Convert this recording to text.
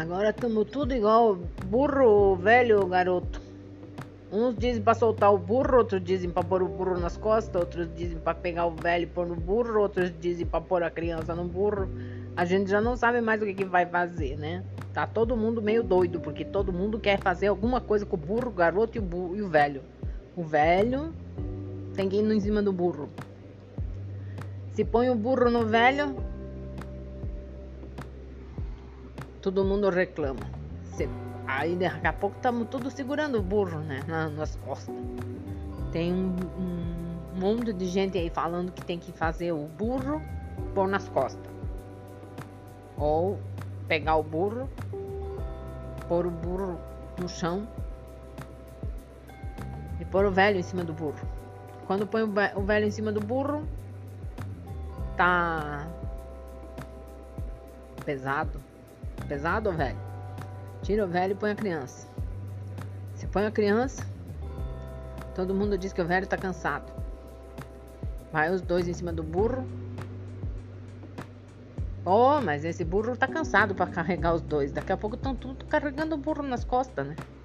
Agora estamos tudo igual burro velho garoto. Uns dizem para soltar o burro, outros dizem para pôr o burro nas costas, outros dizem para pegar o velho e pôr no burro, outros dizem para pôr a criança no burro. A gente já não sabe mais o que vai fazer, né? Tá todo mundo meio doido, porque todo mundo quer fazer alguma coisa com o burro, o garoto e o velho. O velho tem que ir em cima do burro. Se põe o burro no velho, todo mundo reclama. Aí daqui a pouco estamos todos segurando o burro, né? Nas costas. Tem um monte de gente aí falando que tem que fazer o burro pôr nas costas. Ou pegar o burro, pôr o burro no chão e pôr o velho em cima do burro. Quando põe o velho em cima do burro, tá pesado. Pesado, velho? Tira o velho e põe a criança. Se põe a criança, todo mundo diz que o velho tá cansado. Vai os dois em cima do burro. Oh, mas esse burro tá cansado para carregar os dois. Daqui a pouco estão tudo carregando o burro nas costas, né?